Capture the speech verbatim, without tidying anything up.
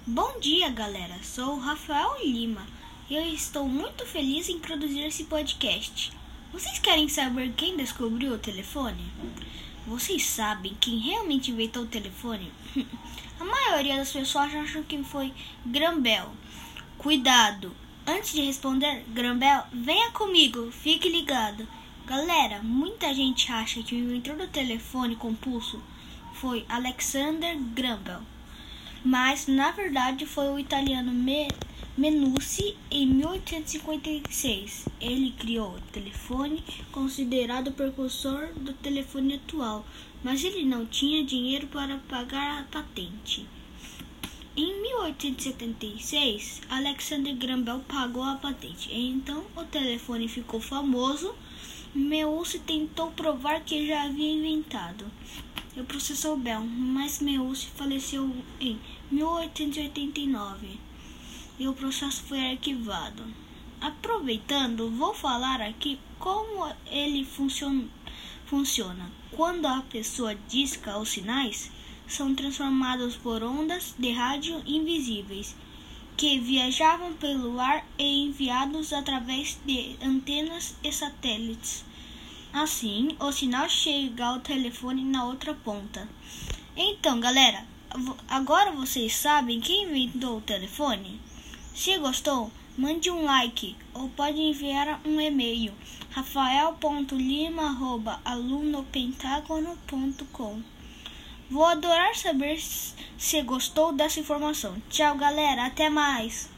Bom dia, galera. Sou o Rafael Lima e eu estou muito feliz em produzir esse podcast. Vocês querem saber quem descobriu o telefone? Vocês sabem quem realmente inventou o telefone? A maioria das pessoas acham que foi Graham Bell. Cuidado! Antes de responder, Graham Bell, venha comigo, fique ligado. Galera, muita gente acha que o inventor do telefone com pulso foi Alexander Graham Bell. Mas, na verdade, foi o italiano Menucci em mil oitocentos e cinquenta e seis. Ele criou o telefone, considerado o precursor do telefone atual, mas ele não tinha dinheiro para pagar a patente. Em mil oitocentos e setenta e seis, Alexander Graham Bell pagou a patente. Então, o telefone ficou famoso. Menucci tentou provar que já havia inventado o processou Bell, mas Menucci faleceu em mil oitocentos e oitenta e nove e o processo foi arquivado. Aproveitando, vou falar aqui como ele funciona. funciona. Quando a pessoa disca, os sinais são transformados por ondas de rádio invisíveis que viajavam pelo ar e enviados através de antenas e satélites. Assim, o sinal chega ao telefone na outra ponta. Então, galera, agora vocês sabem quem inventou o telefone? Se gostou, mande um like ou pode enviar um e-mail rafael ponto lima arroba alunopentagono ponto com. Vou adorar saber se gostou dessa informação. Tchau, galera, até mais!